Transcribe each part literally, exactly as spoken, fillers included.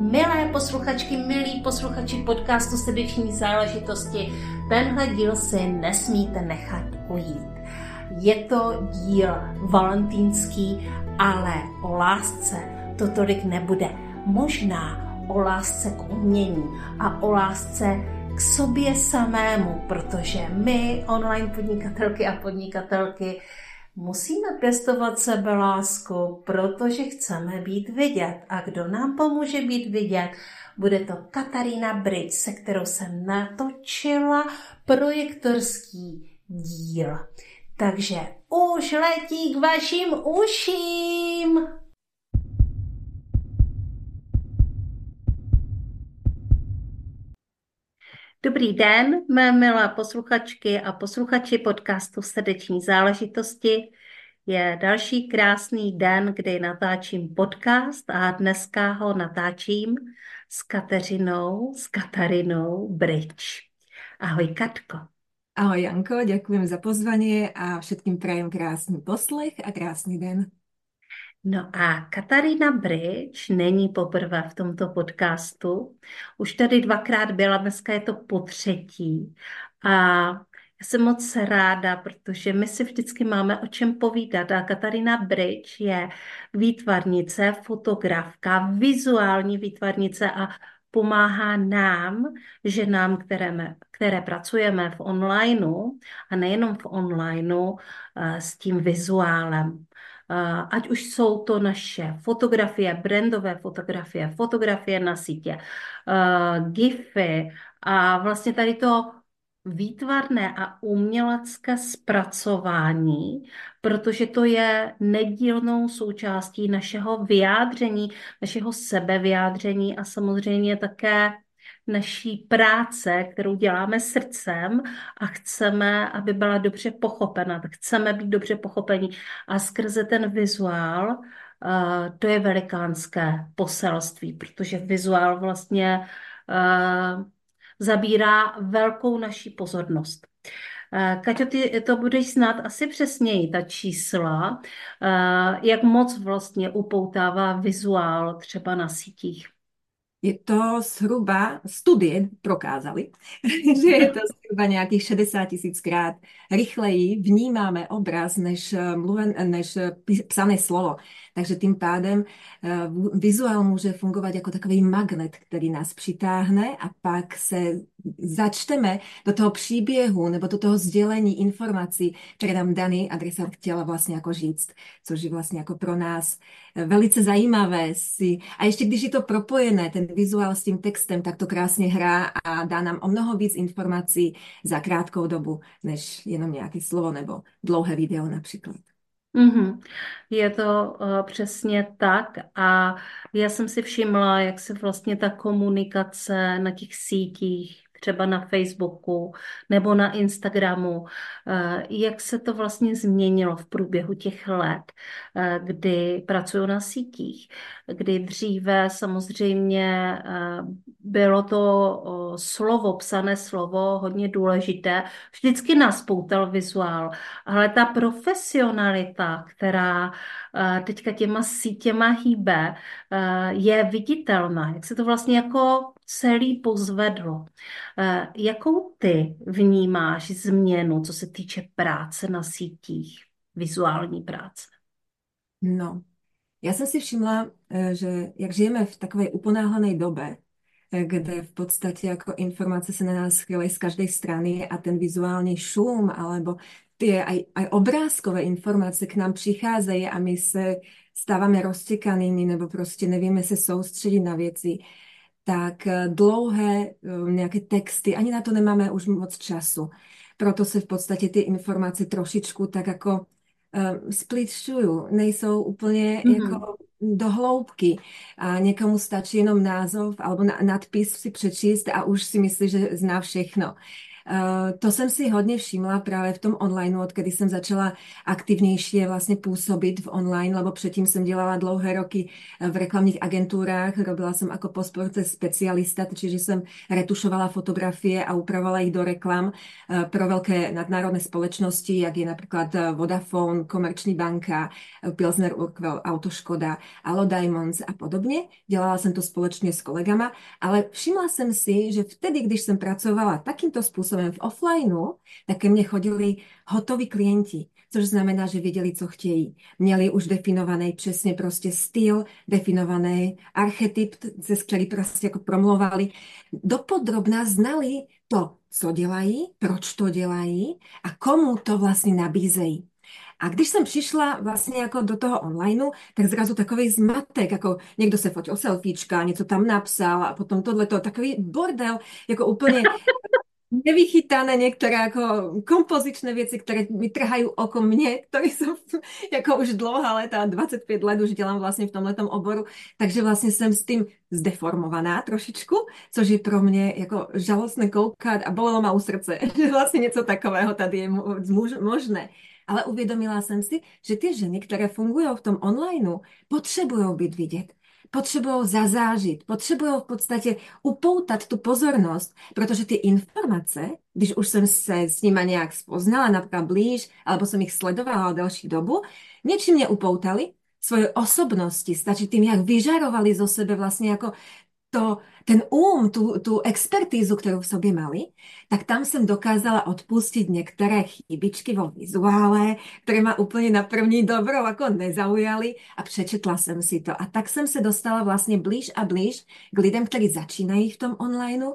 Milé posluchačky, milí posluchači podcastu Srdeční záležitosti, tenhle díl si nesmíte nechat ujít. Je to díl valentýnský, ale o lásce to tolik nebude. Možná o lásce k umění a o lásce k sobě samému, protože my, online podnikatelky a podnikatelky, musíme pěstovat sebelásku, protože chceme být vidět. A kdo nám pomůže být vidět, bude to Katarína Bridge, se kterou jsem natočila projektorský díl. Takže už letí k vašim uším. Dobrý den, mé milé posluchačky a posluchači podcastu Srdeční záležitosti. Je další krásný den, kdy natáčím podcast a dneska ho natáčím s Kateřinou, s Katarínou Bridge. Ahoj, Katko. Ahoj, Janko, ďakujem za pozvanie a všetkým prajem krásny poslech a krásný den. No a Katarína Bridge není poprvé v tomto podcastu. Už tady dvakrát byla, dneska je to po třetí. A já jsem moc ráda, protože my si vždycky máme o čem povídat. A Katarína Bridge je výtvarnice, fotografka, vizuální výtvarnice a pomáhá nám, ženám, které, které pracujeme v onlineu a nejenom v onlineu, s tím vizuálem. Ať už jsou to naše fotografie, brandové fotografie, fotografie na sítě, gify a vlastně tady to výtvarné a umělecké zpracování, protože to je nedílnou součástí našeho vyjádření, našeho sebevyjádření a samozřejmě také naší práce, kterou děláme srdcem a chceme, aby byla dobře pochopena, tak chceme být dobře pochopení a skrze ten vizuál uh, to je velikánské poselství, protože vizuál vlastně uh, zabírá velkou naší pozornost. Uh, Kaťo, ty to budeš znát asi přesněji, ta čísla, uh, jak moc vlastně upoutává vizuál třeba na sítích. Je to zhruba, studie prokázali, že je to zhruba nějakých šedesát tisíckrát rychleji vnímáme obraz než, mluven, než psané slovo. Takže tým pádem uh, vizuál může fungovat jako takový magnet, který nás přitáhne a pak se začteme do toho příběhu nebo do toho sdělení informací, které nám daný adresát chtěla vlastně jako říct, což je vlastně jako pro nás velice zajímavé si. A ještě když je to propojené, ten vizuál s tím textem, tak to krásně hrá a dá nám o mnoho víc informací za krátkou dobu, než jenom nějaké slovo nebo dlouhé video například. Mm-hmm. Je to uh, přesně tak a já jsem si všimla, jak se vlastně ta komunikace na těch sítích, třeba na Facebooku nebo na Instagramu, uh, jak se to vlastně změnilo v průběhu těch let, uh, kdy pracuju na sítích, kdy dříve samozřejmě uh, bylo to uh, slovo, psané slovo hodně důležité, vždycky nás poutal vizuál, ale ta profesionalita, která uh, teďka těma sítěma hýbe, uh, je viditelná, jak se to vlastně jako celý pozvedlo. Uh, jakou ty vnímáš změnu, co se týče práce na sítích, vizuální práce? No, já jsem si všimla, že jak žijeme v takové uponáhlené dobe, kde v podstatě jako informace se na nás chvíli z každej strany a ten vizuální šum alebo tie aj, aj obrázkové informace k nám přicházejí a my se stáváme roztěkanými nebo prostě nevíme se soustředit na věci, tak dlouhé nějaké texty, ani na to nemáme už moc času. Proto se v podstatě ty informace trošičku tak jako uh, splitšují, nejsou úplně mm-hmm. jako do hloubky a někomu stačí jenom název alebo na, nadpis si přečíst a už si myslí, že zná všechno. Uh, to jsem si hodně všimla právě v tom online, odkedy jsem začala aktivnějšie vlastně působit v online, lebo předtím jsem dělala dlouhé roky v reklamních agentúrách, robila jsem jako postproces specialista, čiže jsem retušovala fotografie a upravovala ich do reklam uh, pro velké nadnárodné společnosti, jak je například Vodafone, Komerční banka, Pilsner Urquell, Autoškoda, Allo Diamonds a podobně. Dělala jsem to společně s kolegama, ale všimla jsem si, že vtedy, když jsem pracovala takýmto způsobem v offlineu, tak ke mně chodili hotoví klienti, což znamená, že věděli, co chtějí. Měli už definovaný přesně prostě styl, definovaný archetyp, cez který prostě jako promluvali. Dopodrobna znali to, co dělají, proč to dělají a komu to vlastně nabízejí. A když jsem přišla vlastně jako do toho onlineu, tak zrazu takový zmatek, jako někdo se fotil selfiečka, něco tam napsal a potom tohleto, takový bordel, jako úplně nevychytané některé jako kompozičné věci, které mi trhají oko mně, který jsem jako už dlouhá léta, dvacet pět let už dělám vlastně v tomhletom oboru, takže vlastně jsem s tím zdeformovaná trošičku, což je pro mě jako žalostné koukat a bolelo ma u srdce, že vlastně něco takového tady je možné. Ale uvědomila jsem si, že ty ženy, které fungují v tom onlineu, potřebují být vidět. Potřebují zazážit, potřebují v podstatě upoutat tu pozornost, protože ty informace, když už jsem se s nima nějak spoznala, například blíž, alebo jsem jich sledovala delší dobu, něčím mě upoutali, svoje osobnosti, stačí tým, jak vyžarovali zo sebe vlastně jako to, ten um, tu, tu expertízu, kterou v sobě mali, tak tam jsem dokázala odpustit některé chybičky vo vizuále, které ma úplně na první dobro jako nezaujaly a přečetla jsem si to. A tak jsem se dostala vlastně blíž a blíž k lidem, kteří začínají v tom onlineu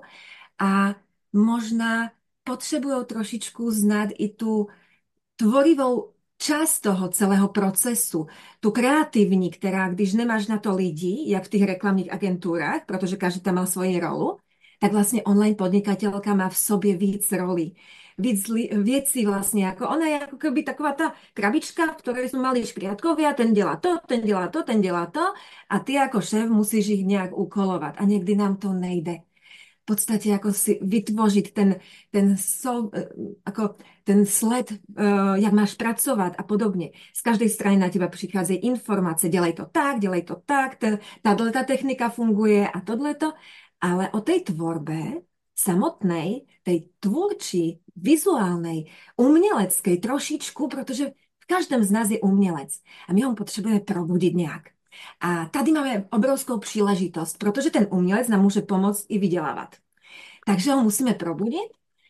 a možná potřebují trošičku znát i tu tvorivou část toho celého procesu, tu kreativní, která, když nemáš na to lidi, jak v těch reklamních agentúrách, protože každý tam má svoji rolu, tak vlastně online podnikatelka má v sobě víc rolí. Víc věcí vlastně, jako ona je jako keby taková ta krabička, v které jsou malí škriatkovia, ten dělá to, ten dělá to, ten dělá to a ty jako šéf musíš jich nějak ukolovat a někdy nám to nejde. V podstatě jako si vytvořit ten, ten, so, jako ten sled, uh, jak máš pracovat a podobně. Z každé strany na teba přicházejí informace, dělej to tak, dělej to tak, ten, tato technika funguje a tohleto, ale o té tvorbe samotnej, tej tvůrčí, vizuálnej, umělecké trošičku, protože v každém z nás je umělec a my ho potřebujeme probudit nějak. A tady máme obrovskou příležitost, protože ten umělec nám může pomoct i vydělávat. Takže ho musíme probudit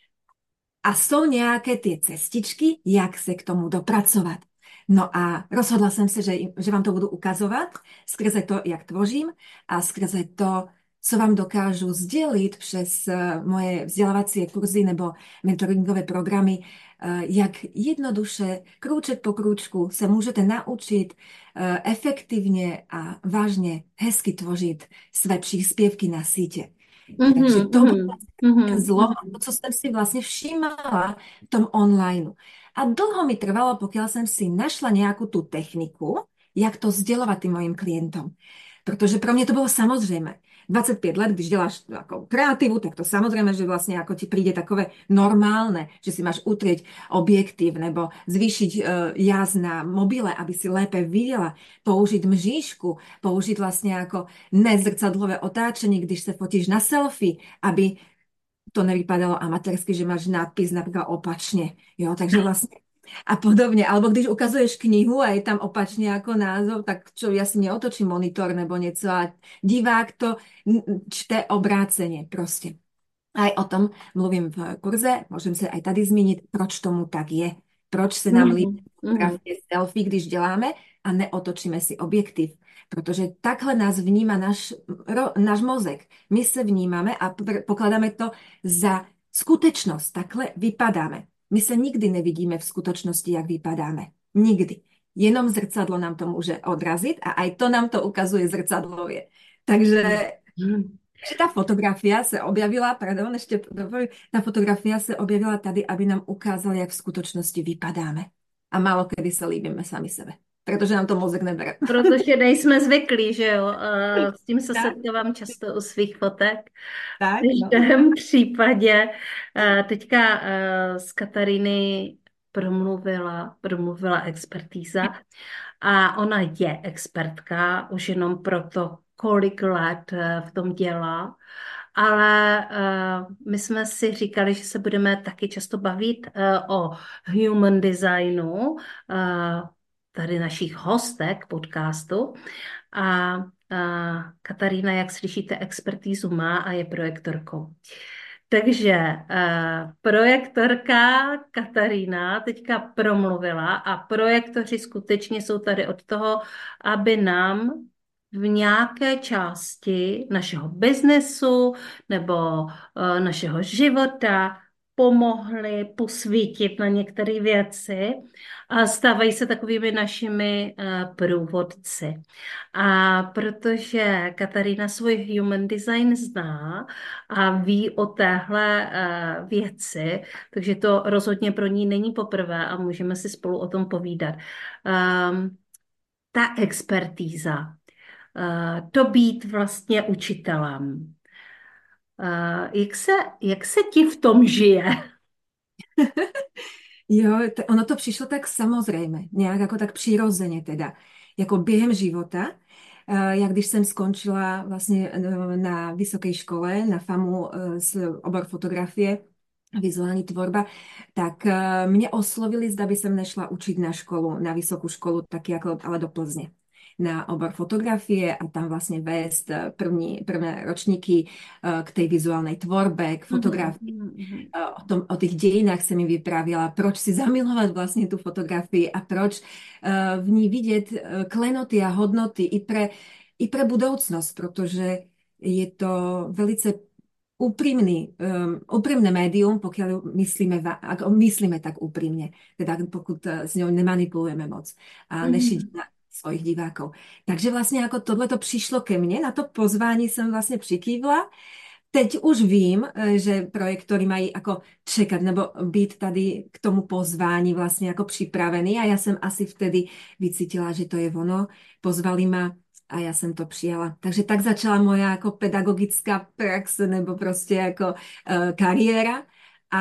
a jsou nějaké ty cestičky, jak se k tomu dopracovat. No a rozhodla jsem se, že, že vám to budu ukazovat skrze to, jak tvořím a skrze to, co vám dokážu sdělit přes moje vzdělávací kurzy nebo mentoringové programy, jak jednoduše, krůček po krůčku se můžete naučit efektivně a vážně hezky tvořit své příspěvky na sítě. Mm-hmm, Takže to bylo mm-hmm. zlom, to, co jsem si vlastně všímala v tom online. A dlho mi trvalo, pokud jsem si našla nějakou tu techniku, jak to sdělovat tým mojim klientom. Protože pro mě to bylo samozřejmé. dvacet pět let, když děláš jako kreativu, tak to samozřejmě, že vlastně jako ti přijde takové normálne, že si máš utrieť objektiv nebo zvýšiť uh, jas na mobile, aby si lépe viděla, použít mřížku, použít vlastně jako nezrcadlové otáčení, když se fotíš na selfie, aby to nevypadalo amatérsky, že máš nápis například opačně. Jo, takže vlastně a podobně. Alebo když ukazuješ knihu a je tam opačně jako názov, tak čo, ja si neotočím monitor nebo něco a divák to čte obráceně prostě. Aj o tom mluvím v kurze, můžem se aj tady zmínit, proč tomu tak je. Proč se nám líbí fotografie selfie, když děláme a neotočíme si objektiv. Protože takhle nás vníma náš, náš mozek. My se vnímáme a pokladáme to za skutečnost. Takhle vypadáme. My se nikdy nevidíme v skutočnosti, jak vypadáme. Nikdy. Jenom zrcadlo nám to může odrazit a aj to nám to ukazuje zrcadlově. Takže že ta fotografia se objavila, pardon, ještě ta fotografia se objavila tady, aby nám ukázala, jak v skutočnosti vypadáme. A málo kedy se líbíme sami sebe. protože nám to mozek nebere. Protože nejsme zvyklí, že jo? A s tím se Tak, setkávám často u svých fotek. tak, V no. každém případě eh, teďka eh, z Kataríny promluvila, promluvila expertíza a ona je expertka už jenom proto, kolik let eh, v tom dělá, ale eh, my jsme si říkali, že se budeme taky často bavit eh, o human designu, eh, tady našich hostek podcastu. A, a Katarína, jak slyšíte, expertízu má a je projektorkou. Takže uh, projektorka Katarína teďka promluvila a projektoři skutečně jsou tady od toho, aby nám v nějaké části našeho biznesu nebo uh, našeho života pomohli posvítit na některé věci a stávají se takovými našimi uh, průvodci. A protože Katarína svůj human design zná a ví o téhle uh, věci, takže to rozhodně pro ní není poprvé a můžeme si spolu o tom povídat. Um, ta expertíza, uh, to být vlastně učitelem. Uh, jak se, jak se ti v tom žije? Jo, to, ono to přišlo tak samozřejmé, nějak jako tak přirozeně teda, jako během života. Eh, Jak když jsem skončila vlastně eh, na vysoké škole, na FAMu eh, s obor fotografie, vizuální tvorba, tak eh, mě oslovili, zda by jsem nešla učit na školu, na vysokou školu, taky jako, ale do Plzně na obor fotografie a tam vlastně vést eh, první, prvé ročníky eh, k té vizuálnej tvorbe, k Mhm, fotografii. mhm, O tom, o těch dějinách se mi vyprávěla, proč si zamilovat vlastně tu fotografii a proč eh, v ní vidět eh, klenoty a hodnoty i pre, i pre budoucnost, protože je to velice úprimný, um, úprimné médium, pokiaľ myslíme, va- ak myslíme tak úprimne, teda pokud eh, s ňou nemanipulujeme moc a mhm, nešidí na svojich divákov. Takže vlastně jako tohle to přišlo ke mně, na to pozvání jsem vlastně přikývla. Teď už vím, eh, že projektory mají jako čekat nebo být tady k tomu pozvání vlastně jako připravený a já jsem asi vtedy vycítila, že to je ono. Pozvali ma a já jsem to přijala. Takže tak začala moja jako pedagogická prax nebo prostě jako uh, kariéra a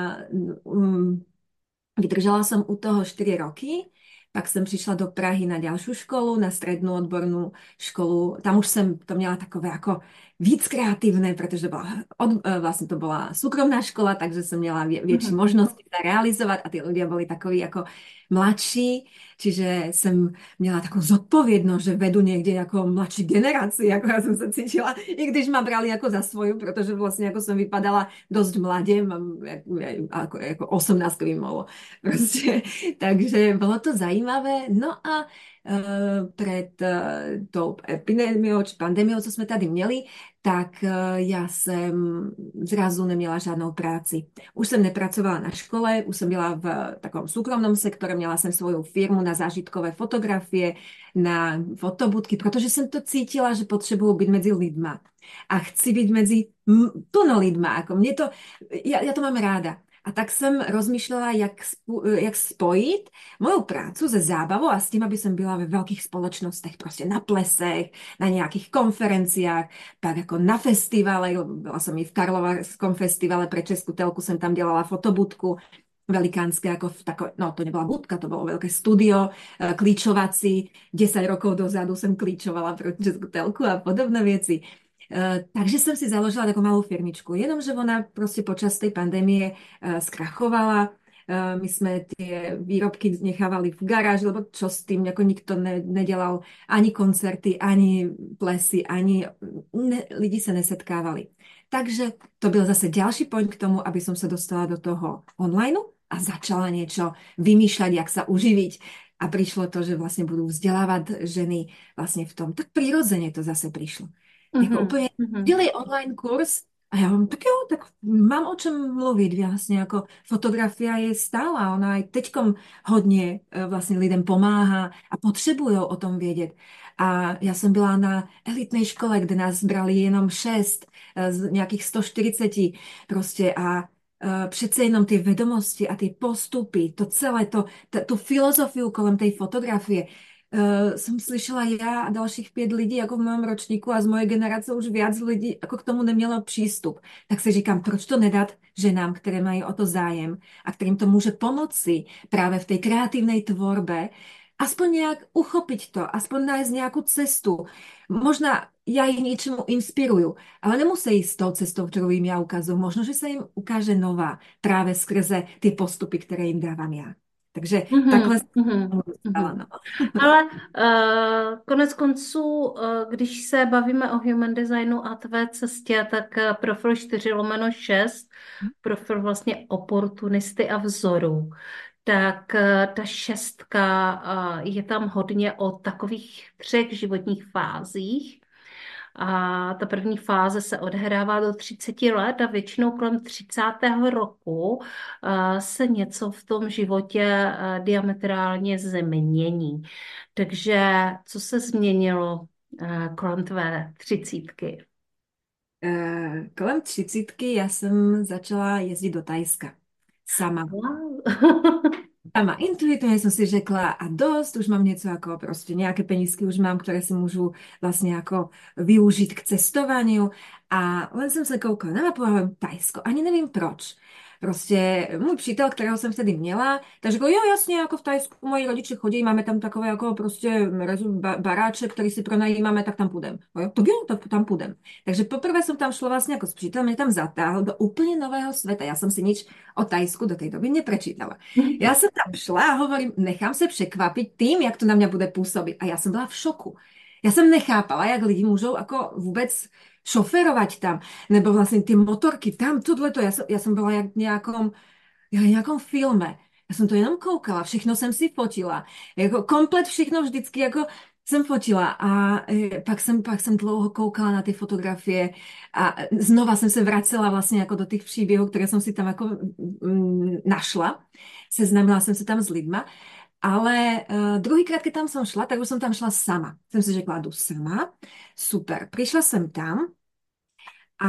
um, vydržela jsem u toho čtyři roky. Pak jsem přišla do Prahy na další školu, na střední odbornou školu. Tam už jsem to měla takové jako víc kreativné, protože byla od, eh, vlastně to byla soukromná škola, takže jsem měla vě, větší mhm, možnosti sa realizovat a ty lidé byli takový jako mladší, čiže jsem měla takovou zodpovědnost, že vedu někde jako mladší generaci, jako já jsem se cítila, i když ma brali jako za svoju, protože vlastně jako jsem vypadala dost mladě, mám jako, jako, jako osmnáct malo. Prostě, takže bylo to zajímavé. No a uh, před uh, tou epidemiou či pandemiou, co jsme tady měli, tak uh, já jsem zrazu neměla žádnou práci. Už jsem nepracovala na škole, už jsem byla v takovém soukromnom sektore, měla jsem svou firmu na zážitkové fotografie, na fotobudky, protože jsem to cítila, že potřebuji být mezi lidma. A chci být mezi plno lidma. Jako mě to, já, já to mám ráda. A tak jsem rozmýšlela, jak, spo, jak spojit moju prácu se zábavou a s tím, aby jsem byla ve velkých společnostech, prostě na plesech, na nějakých konferenciách, pak jako na festivale, byla jsem i v Karlovarskom festivale pre Českou telku, jsem tam dělala fotobudku, velikánské, jako v takové, no to nebyla budka, to bylo velké studio, klíčovací, desať rokov dozadu jsem klíčovala pro Českou telku a podobné věci. Uh, takže jsem si založila takovou malou firmičku, jenomže ona prostě počas tej pandémie uh, zkrachovala. Uh, my jsme tie výrobky nechávali v garáži, lebo čo s tým, jako nikto ne, nedělal ani koncerty, ani plesy, ani ne, lidi se nesetkávali. Takže to byl zase ďalší point k tomu, aby som sa dostala do toho online a začala niečo vymýšľať, jak sa uživiť. A prišlo to, že vlastne budú vzdelávať ženy vlastne v tom. Tak prirodzene to zase prišlo. Jako mhm, úplně mhm. dělej online kurz a já vám, tak jo, tak mám o čem mluvit vlastně, jako fotografia je stála, ona i teďkom hodně eh, vlastně lidem pomáhá a potřebují o tom vědět. A já jsem byla na elitnej škole, kde nás brali jenom šest eh, z nějakých sto čtyřicet prostě a eh, přece jenom ty vedomosti a ty postupy, to celé, to, t- tu filozofii kolem té fotografie, uh, som slyšela ja a dalších pět lidí jako v mém ročníku a z mojej generace už viac lidí jako k tomu nemělo přístup. Tak si říkám, proč to nedat ženám, které mají o to zájem a kterým to může pomoci právě v té kreatívnej tvorbe, aspoň nějak uchopiť to, aspoň nájsť nějakou cestu. Možná ja ich niečomu inspiruju, ale nemusí ísť tou cestou, ktorú im ja ukazujem. Možno, že sa im ukáže nová práve skrze ty postupy, které jim dávám já. Takže Mhm, takhle jsem k mhm, tomu dostala, mhm. no. Ale uh, konec konců, uh, když se bavíme o human designu a tvé cestě, tak uh, profil čtyři lomeno šest, profil vlastně oportunisty a vzorů, tak uh, ta šestka uh, je tam hodně o takových třech životních fázích. A ta první fáze se odehrává do třiceti let a většinou kolem třicátého roku eh, se něco v tom životě eh, diametrálně změní. Takže co se změnilo eh, kolem tvé třicítky? Eh, Kolem třicítky já jsem začala jezdit do Tajska. Sama. Wow. Sama intuitívne som si řekla a dosť, už mám něco jako prostě nějaké penízky už mám, které si můžu vlastně jako využít k cestovaniu a len jsem se koukala na mapu a hovorím Tajsko, ani nevím proč. Prostě můj přítel, kterého jsem vtedy měla, tak řekl, jo, jasně, jako v Tajsku moji rodiče chodí, máme tam takové jako prostě rezu- ba- baráček, který si pronajímáme, tak tam půjdem. No jo, tak jo, tak tam půjdem. Takže poprvé jsem tam šla vlastně jako s přítelem, mě tam zatáhl do úplně nového světa. Já jsem si nič o Tajsku do té doby neprečítala. Já jsem tam šla a hovorím, nechám se překvapit tým, jak to na mě bude působit. A já jsem byla v šoku. Já jsem nechápala, jak lidi můžou jako vůbec šoferovat tam, nebo vlastně ty motorky tam, tohleto. Já jsem, já jsem byla jak v nějakom, jak v nějakom filme. Já jsem to jenom koukala, všechno jsem si fotila. Jako komplet všechno vždycky jako jsem fotila a e, pak jsem, pak jsem dlouho koukala na ty fotografie a znova jsem se vracela vlastně jako do těch příběhů, které jsem si tam jako mm, našla. Seznámila jsem se tam s lidma, ale uh, druhýkrát, keď tam som šla, tak už som tam šla sama. Jsem si řekla, jdu sama, super. Přišla jsem tam a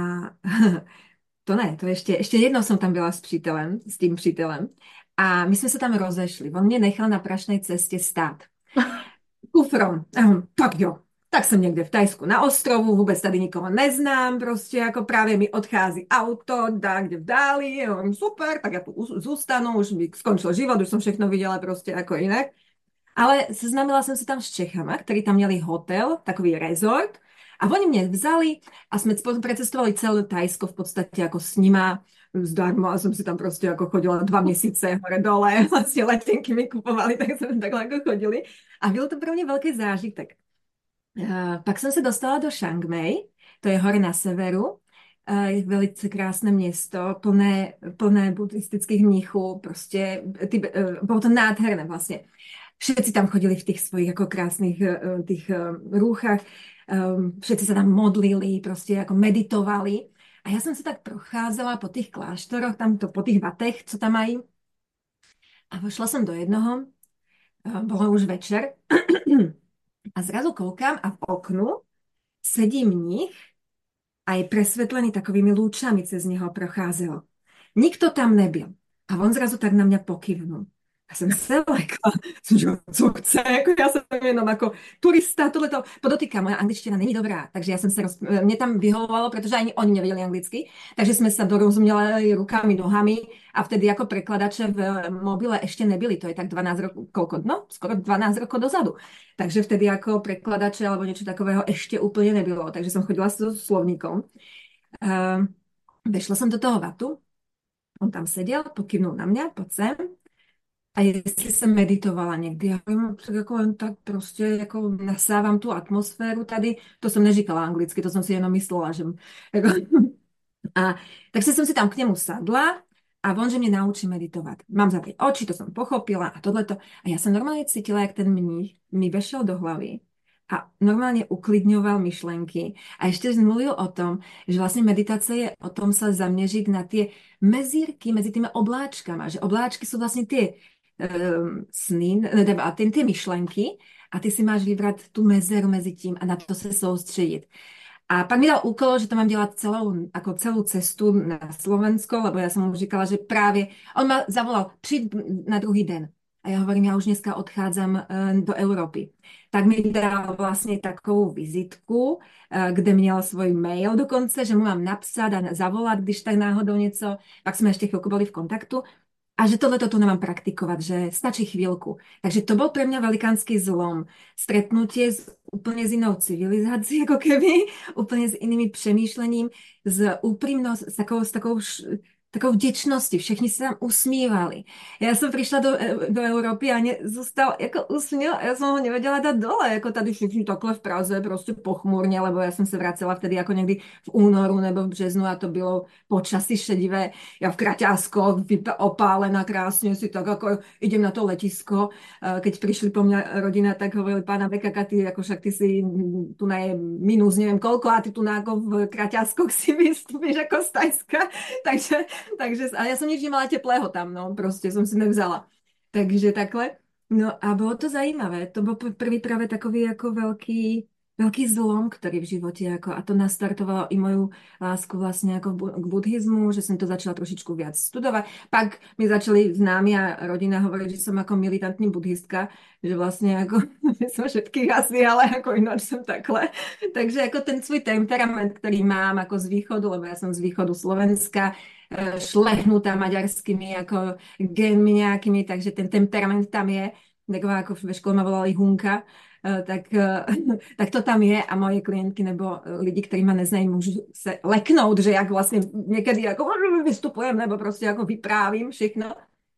to ne, to ještě, ještě jednou jsem tam byla s přítelem, s tím přítelem a my jsme se tam rozešli. On mě nechal na prašné cestě stát. Kufrom. Ehm, Tak jo, tak jsem někde v Tajsku na ostrovu, vůbec tady nikoho neznám, prostě jako právě mi odchází auto, dá kde v dáli, jo, super, tak já tu uz- zůstanu, už mi skončil život, už jsem všechno viděla prostě jako jinak. Ale seznámila jsem se tam s Čechama, ktorí tam měli hotel, takový resort a oni mě vzali a jsme spolu precestovali celé Tajsko v podstatě jako s nima zdarma a jsem si tam prostě jako chodila dva měsíce hore dole, vlastně letenky mi kupovali, tak jsme takhle jako chodili a byl to pro mě velký zážitek. Eh, Pak jsem se dostala do Chiang Mai, to je hore na severu, eh, je velice krásné město, plné, plné buddhistických mnichů, prostě ty, eh, bylo to nádherné vlastně. Všetci tam chodili v těch svojich jako krásných eh, těch eh, rúchach, um, všetci se tam modlili, prostě jako meditovali. A já jsem se tak procházela po těch kláštoroch, tam to po těch vatech, co tam mají. A vošla jsem do jednoho, eh, bylo už večer, a zrazu koukám a v oknu sedí mních a je presvetlený takovými lúčami, cez něho procházel. Nikto tam nebyl. A on zrazu tak na mě pokyvnul. Já jsem se lekla, jsem říkala, co chce, jako já jsem jenom jako turista, tohleto. Podotýkám, moja angličtina není dobrá, takže já jsem se, roz... mě tam vyhovovalo, protože ani oni nevěděli anglicky, takže jsme se dorozuměli rukami, nohami a vtedy jako prekladače v mobile ještě nebyli, to je tak dvanásť rokov, kolko, no, skoro dvanásť rokov dozadu. Takže vtedy jako prekladače alebo něco takového ještě úplně nebylo, takže jsem chodila s slovníkom. Uh, Vešla jsem do toho vatu, on tam seděl, pokynul na mě, pojď sem. A jestli jsem meditovala někdy, já vím, tak jako jen tak prostě jako nasávám tu atmosféru tady, to jsem neříkala anglicky, to jsem si jenom myslela, že jako, a takže jsem si tam k němu sadla a on, že mě naučí meditovat. Mám zavřít oči, to jsem pochopila a tohleto. A já jsem normálně cítila, jak ten mních mi vešel do hlavy a normálně uklidňoval myšlenky. A ještě mluvil o tom, že vlastně meditace je o tom se zaměřit na ty mezírky mezi těmi obláčkama, že obláčky jsou vlastně ty um, sny, nebo a ty, ty myšlenky a ty si máš vybrat tu mezeru mezi tím a na to se soustředit. A pak mi dal úkol, že to mám dělat celou, jako celou cestu na Slovensko, lebo já jsem mu říkala, že právě, on ma zavolal, přijď na druhý den. A a ja hovorím, ja už dneska odchádzam e, do Európy. Tak mi dal vlastne takovou vizitku, e, kde měl svoj mail dokonce, že mu mám napsat a zavolat, když tak náhodou něco. Pak jsme ještě chvilku boli v kontaktu. A že tohle tu nemám praktikovat, že stačí chvíľku. Takže to bol pre mňa velikánsky zlom. Stretnutie s úplne s inou civilizácií, ako keby, úplne s inými přemýšlením, s úprimnosť, s takou, s takou, š- takou vděčností. Všichni se tam usmívali. Já jsem přišla do, do Európy a ne, zůstal jako úsměv a já jsem ho nevedela dát dole, jako tady všichni takhle v Praze, prostě pochmurně, lebo já jsem se vracela vtedy jako někdy v únoru nebo v březnu a to bylo počasí šedivé. Já v kraťáskoch, opálená krásně si tak jako idem na to letisko. Keď prišli po mňa rodina, tak hovorili, pána Bekaka, ty, ako však ty si tu na je minus neviem koľko a ty tu na ako v kraťáskoch si vystupíš ako z Tajska. takže, takže, a ja som nič nemala teplého tam, no, proste som si nevzala. Takže takhle. No a bylo to zajímavé. To byl prvý právě takový jako velký, velký zlom, který v životě jako, a to nastartovalo i moju lásku vlastně jako k buddhismu, že jsem to začala trošičku viac studovat. Pak mi začali známi a rodina hovoriť, že jsem jako militantní buddhistka, že vlastně jako jsme všetkých asi, ale jako jinak jsem takhle. Takže jako ten svůj temperament, který mám jako z východu, lebo já jsem z východu Slovenska, šlehnutá maďarskými jako genmi nějakými, takže ten temperament tam je, taková jako ve škole ma volali Hunka, tak, tak to tam je a moje klientky nebo lidi, kteří ma neznají, můžu se leknout, že jak vlastně někdy jako vystupujem nebo prostě jako vyprávím všechno.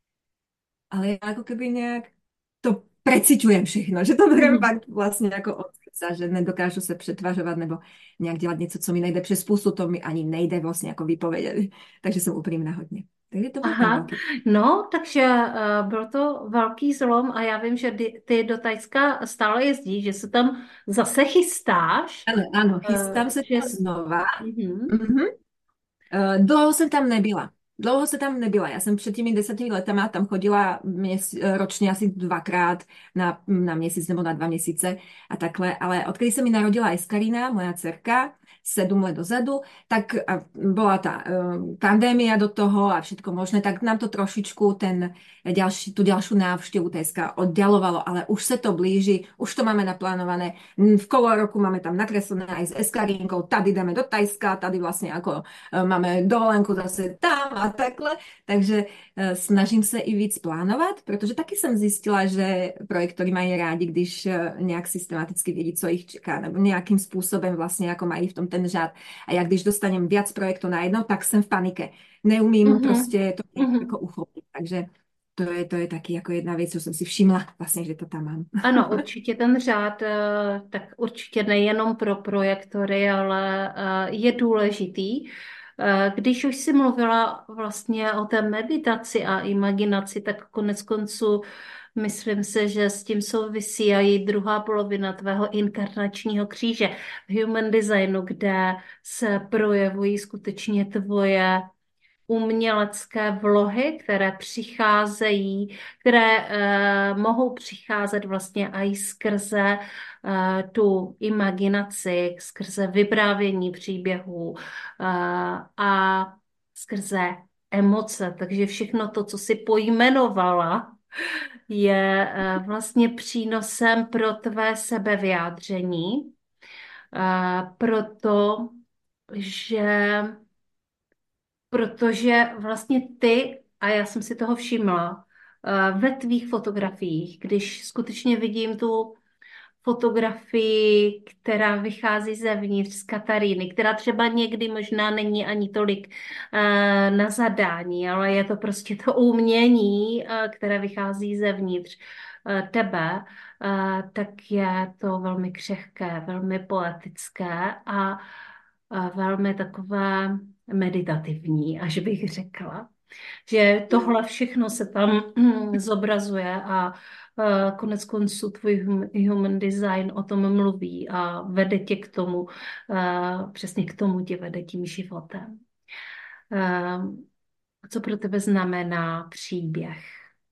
Ale já jako keby nějak to preciťujem všechno, že to berem Mhm. fakt vlastně jako od srdca, že nedokážu se přetvařovat nebo nějak dělat něco, co mi nejde přes pusu, to mi ani nejde vlastně jako vypovědět. Takže jsem upřímná hodně. Takže to byl ten Aha, velký. no, takže uh, byl to velký zlom a já vím, že dy- ty do Tajska stále jezdíš, že se tam zase chystáš, Ano, ano, uh, chystám se že... tam s- znova. Mhm. Mhm. Eh, Dlouho jsem tam nebyla. Dlouho se tam nebyla. Já jsem před těmi deseti letama tam chodila měs, ročně asi dvakrát na, na měsíc nebo na dva měsíce a takhle, ale odkedy se mi narodila Eskarina, moja dcerka, sedm let dozadu, tak a bola tá uh, pandémia do toho a všetko možné, tak nám to trošičku ten ďalší, tu ďalšiu návštevu Tajska oddialovalo, ale už se to blíži, už to máme naplánované. V kolo roku máme tam nakreslené aj s Eskarínkou, tady jdeme do Tajska, tady vlastně jako uh, máme dovolenku zase tam a takhle, takže uh, snažím se i víc plánovat, protože taky jsem zjistila, že projektory mají rádi, když uh, nějak systematicky vědí, co jich čeká, nebo nějakým způsobem vlastně jako mají v tom ten řád. A já když dostanem viac projektů najednou, tak jsem v panike. Neumím Mhm. prostě to Mhm. jako uchopit. Takže to je, to je taky jako jedna věc, co jsem si všimla, vlastně, že to tam mám. Ano, určitě ten řád, eh, tak určitě nejenom pro projektory, ale eh, je důležitý. Eh, Když už jsi mluvila vlastně o té meditaci a imaginaci, tak konec konců myslím si, že s tím souvisí a i druhá polovina tvého inkarnačního kříže v Human Designu, kde se projevují skutečně tvoje umělecké vlohy, které přicházejí, které eh, mohou přicházet vlastně i skrze eh, tu imaginaci, skrze vyprávění příběhů eh, a skrze emoce. Takže všechno to, co si pojmenovala, je eh, vlastně přínosem pro tvé sebevyjádření, eh, proto, že protože vlastně ty, a já jsem si toho všimla, eh, ve tvých fotografiích, když skutečně vidím tu fotografii, která vychází zevnitř z Kataríny, která třeba někdy možná není ani tolik eh, na zadání, ale je to prostě to umění, eh, které vychází zevnitř eh, tebe, eh, tak je to velmi křehké, velmi poetické a eh, velmi takové meditativní, až bych řekla. Že tohle všechno se tam zobrazuje a eh, konec konců tvůj hum- human design o tom mluví a vede tě k tomu, eh, přesně k tomu tě vede tím životem. Eh, Co pro tebe znamená příběh?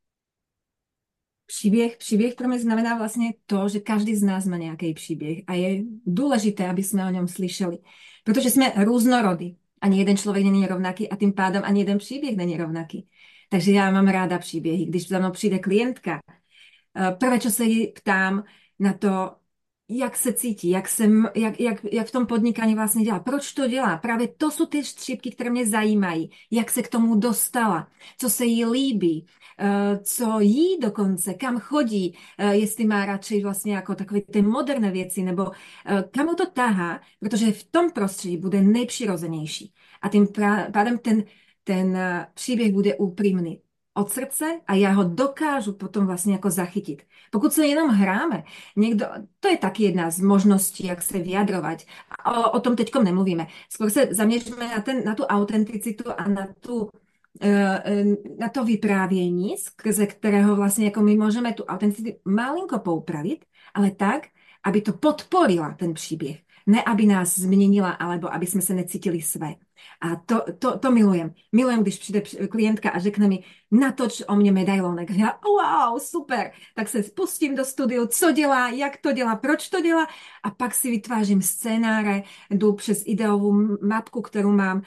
Příběh, příběh pro mě znamená vlastně to, že každý z nás má nějaký příběh a je důležité, aby jsme o něm slyšeli, protože jsme různorodí. Ani jeden člověk není rovnaký a tím pádem ani jeden příběh není rovnaký. Takže já mám ráda příběhy. Když za mnou přijde klientka, eh, prvé, čo se jí ptám na to, jak se cítí, jak, se, jak, jak, jak v tom podnikání vlastně dělá, proč to dělá. Právě to jsou ty střípky, které mě zajímají. Jak se k tomu dostala, co se jí líbí, eh, co jí dokonce, kam chodí, eh, jestli má radši vlastně jako takové ty moderné věci, nebo eh, kam ho to tahá, protože v tom prostředí bude nejpřirozenější. A tím pádem ten, ten eh, příběh bude úprimný od srdce a já ho dokážu potom vlastně jako zachytit. Pokud se jenom hráme, někdo, to je taky jedna z možností, jak se vyjadrovat. O, o tom teďkom nemluvíme. Skôr se zaměříme na, ten, na tu autenticitu a na, tu, eh, eh, na to vyprávění, skrze kterého vlastně jako my můžeme tu autenticitu malinko poupravit, ale tak, aby to podporila ten příběh. Ne, aby nás změnila, alebo aby jsme se necítili své. A to, to, to milujem. Milujem, když přijde klientka a řekne mi, natoč o mě medailonek. Já, wow, super. Tak se spustím do studiu, co dělá, jak to dělá, proč to dělá. A pak si vytvářím scénáře, jdu přes ideovou mapku, kterou mám,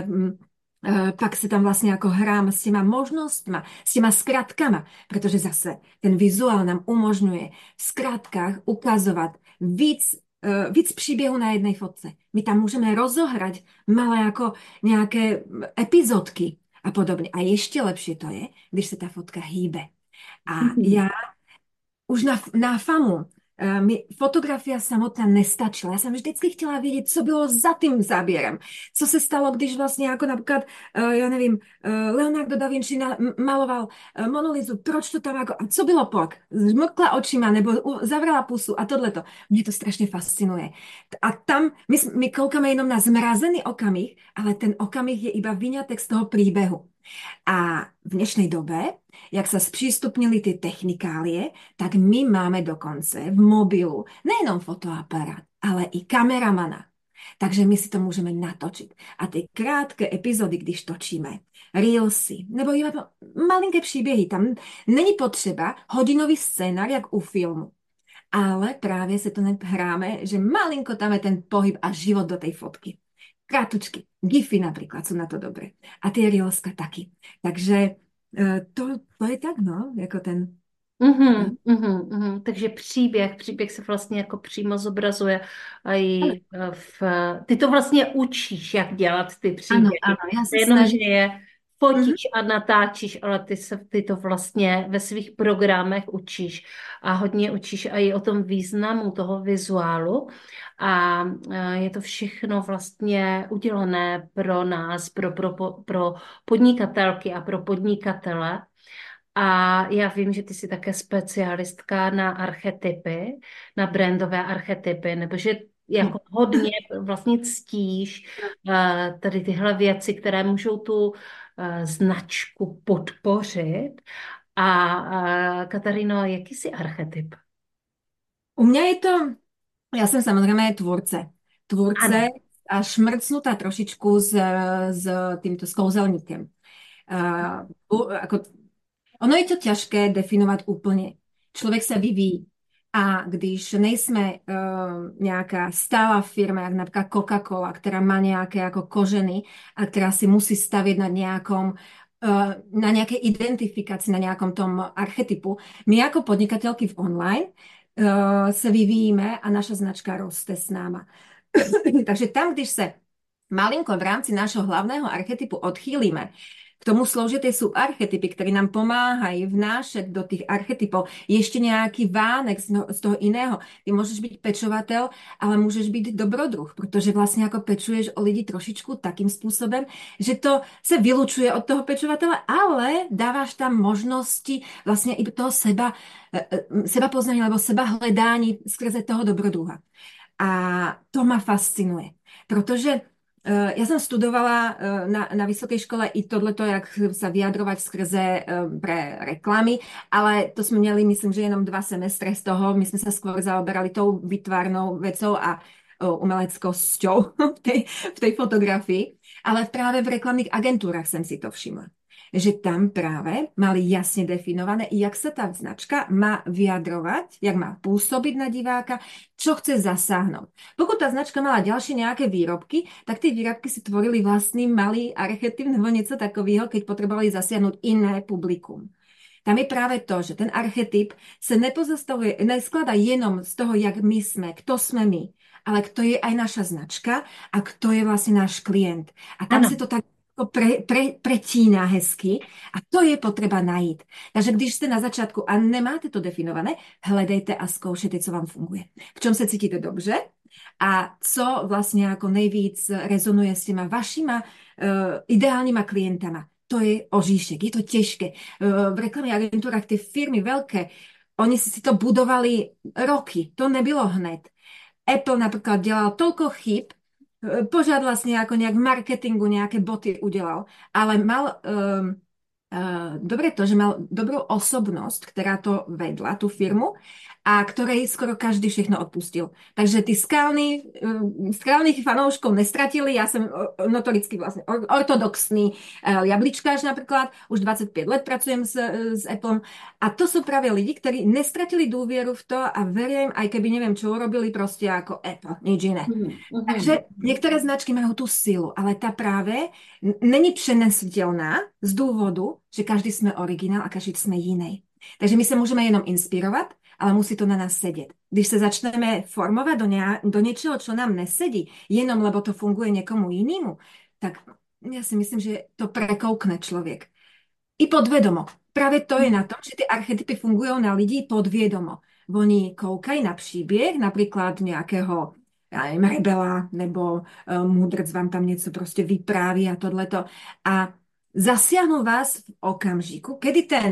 pak se tam vlastně jako hrám s těma možnostma, s těma zkratkama, protože zase ten vizuál nám umožňuje v zkratkách ukazovat víc víc příběhu na jednej fotce. My tam můžeme rozohrať malé jako nějaké epizodky a podobně. A ještě lepší to je, když se ta fotka hýbe. A já už na, na famu mi fotografia samotná nestačila. Já jsem vždycky chtěla vědět, co bylo za tím záběrem. Co se stalo, když vlastně jako například, já nevím, Leonardo da Vinci maloval Monu Lizu, proč to tam jako, a co bylo pak? Zmrkla očima nebo zavrela pusu a tohleto. Mě to strašně fascinuje. A tam my, my koukáme jenom na zmrazený okamih, ale ten okamih je iba vyňatek z toho příběhu. A v dnešnej dobe, jak sa sprístupnili tie technikálie, tak my máme dokonce v mobilu nejenom fotoaparát, ale i kameramana. Takže my si to můžeme natočiť. A ty krátké epizody, když točíme, reelsy, nebo iba malinké příběhy, tam není potřeba hodinový scénar, jak u filmu. Ale právě se to hráme, že malinko tam je ten pohyb a život do tej fotky. Krátučky, gify napríklad sú na to dobré. A tie reelska taky. Takže to, to je tak, no, jako ten... Uhum, uhum, uhum. Takže příběh, příběh se vlastně jako přímo zobrazuje a i v... Ty to vlastně učíš, jak dělat ty příběhy. Ano, ano, já se Jenom, snažím. že je fotíš a natáčíš, ale ty, se, ty to vlastně ve svých programech učíš a hodně učíš i o tom významu toho vizuálu a je to všechno vlastně udělané pro nás, pro, pro, pro podnikatelky a pro podnikatele. A já vím, že ty jsi také specialistka na archetypy, na brandové archetypy, nebo že jako hodně vlastně ctíš uh, tady tyhle věci, které můžou tu uh, značku podpořit. A uh, Kataríno, jaký jsi archetyp? U mě je to, já jsem samozřejmě tvůrce. Tvůrce Ano. a šmrcnutá trošičku s, s týmto skouzelníkem. Uh, ako, ono je to těžké definovat úplně. Člověk se vyvíjí. A když nejsme uh, nějaká stálá firma, jak například Coca-Cola, která má nějaké jako kořeny a která si musí stavět na nějakom uh, na nějaké identifikaci, na nějakom tom archetypu. My jako podnikatelky v online uh, se vyvíjíme a naša značka roste s náma. Takže tam, když se malinko v rámci našeho hlavného archetypu odchýlíme, k tomu složité jsou archetypy, které nám pomáhají vnášet do těch archetypů ještě nějaký vánek z toho jiného. Ty můžeš být pečovatel, ale můžeš být dobrodruh, protože vlastně jako pečuješ o lidi trošičku takým způsobem, že to se vylučuje od toho pečovatele, ale dáváš tam možnosti vlastně i toho seba, seba poznání nebo seba hledání skrze toho dobrodruha. A to ma fascinuje, protože ja som studovala na, na vysokej škole i tohleto, jak sa vyjadrovať skrze pre reklamy, ale to sme měli, myslím, že jenom dva semestre z toho. My sme sa skôr zaoberali tou vytvárnou vecou a umeleckosťou v tej, v tej fotografii. Ale práve v reklamných agentúrach som si to všimla. že tam práve mali jasne definované, jak sa tá značka má vyjadrovať, jak má pôsobiť na diváka, čo chce zasáhnuť. Pokud tá značka mala ďalšie nejaké výrobky, tak tie výrobky si tvorili vlastný malý archetyp nebo niečo takového, keď potrebovali zasiahnuť iné publikum. Tam je práve to, že ten archetyp sa nepozastavuje, neskladá jenom z toho, jak my sme, kto sme my, ale kto je aj naša značka a kto je vlastne náš klient. A tam Ano. si to tak pre, pre, pretíná hezky a to je potreba najít. Takže když jste na začátku a nemáte to definované, hledejte a zkoušejte, co vám funguje. V čom sa cítite dobře a co vlastně jako nejvíc rezonuje s těma vašima uh, ideálníma klientama. To je oříšek, je to těžké. Uh, v reklamných agentúrách ty firmy veľké, oni si to budovali roky, to nebylo hned. Apple napríklad dělal toľko chyb, pořád vlastně jako nějak v marketingu nějaké boty udělal, ale mal um, uh, dobre to, že mal dobrou osobnost, která to vedla, tu firmu, a ktorej skoro každý všechno odpustil. Takže ty skalní, um, skalných fanouškov nestratili, ja som notoricky vlastne ortodoxný uh, jabličkář napríklad, už dvadsaťpäť let pracujem s, s Applem a to sú práve lidi, ktorí nestratili dôvieru v to a verím, aj keby neviem, čo urobili, proste ako Apple, nič iné. Mm-hmm. Takže niektoré značky majú tú silu, ale tá práve není přenesiteľná z dôvodu, že každý sme originál a každý sme jiný. Takže my sa môžeme jenom inspirovať, ale musí to na nás sedieť. Když sa začneme formovať do, ne- do niečoho, čo nám nesedí, jenom lebo to funguje niekomu inému, tak ja si myslím, že to prekoukne človek. I podvedomo. Práve to je na tom, že tie archetypy fungujú na ľudí podviedomo. Oni koukajú na příběh, napríklad nejakého ja neviem, rebela, nebo uh, múdrc vám tam niečo proste vypráví a tohleto. A zasiahnu vás v okamžiku, kedy ten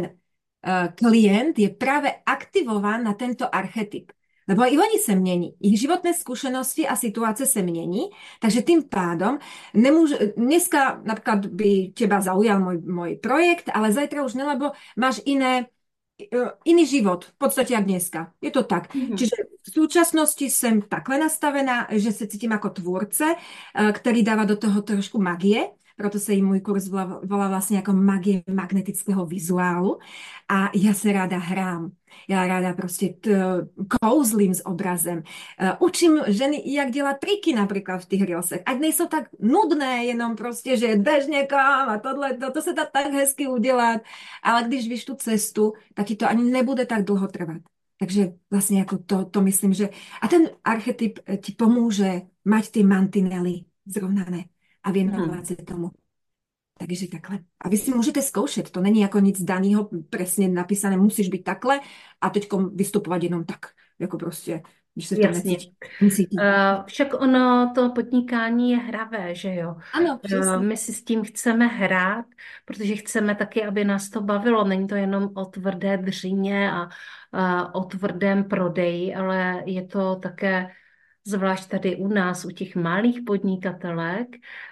klient je práve aktivován na tento archetyp. Lebo i oni sa mení. Ich životné skúsenosti a situácie sa mení, takže tým pádom nemôže, dneska napríklad by teba zaujal môj, môj projekt, ale zajtra už ne, lebo máš iné, iný život, v podstate jak dneska. Je to tak. Mm-hmm. Čiže v súčasnosti som takhle nastavená, že sa cítim ako tvůrce, ktorý dáva do toho trošku magie. Proto sa i môj kurz volá, volá vlastne ako magie magnetického vizuálu. A ja sa ráda hrám. Ja ráda proste t- kouzlím s obrazem. Uh, učím ženy, jak dělat triky napríklad v tých reelsech. Ať nejsou tak nudné, jenom proste, že bež niekam a tohle, to, to sa dá tak hezky udělat. Ale když víš tu cestu, tak ti to ani nebude tak dlho trvať. Takže vlastne ako to, to myslím, že... A ten archetyp ti pomôže mať tie mantinely zrovnané a věnovat se tomu. Takže takhle. A vy si můžete zkoušet, to není jako nic daného, presne napísané, musíš být takhle a teďko vystupovat jenom tak, jako prostě, když se to necítí. Uh, však ono, to podnikání je hravé, že jo? Ano, přesně. Uh, my si s tím chceme hrát, protože chceme taky, aby nás to bavilo. Není to jenom o tvrdé dřině a uh, o tvrdém prodeji, ale je to také zvlášť tady u nás, u těch malých podnikatelek,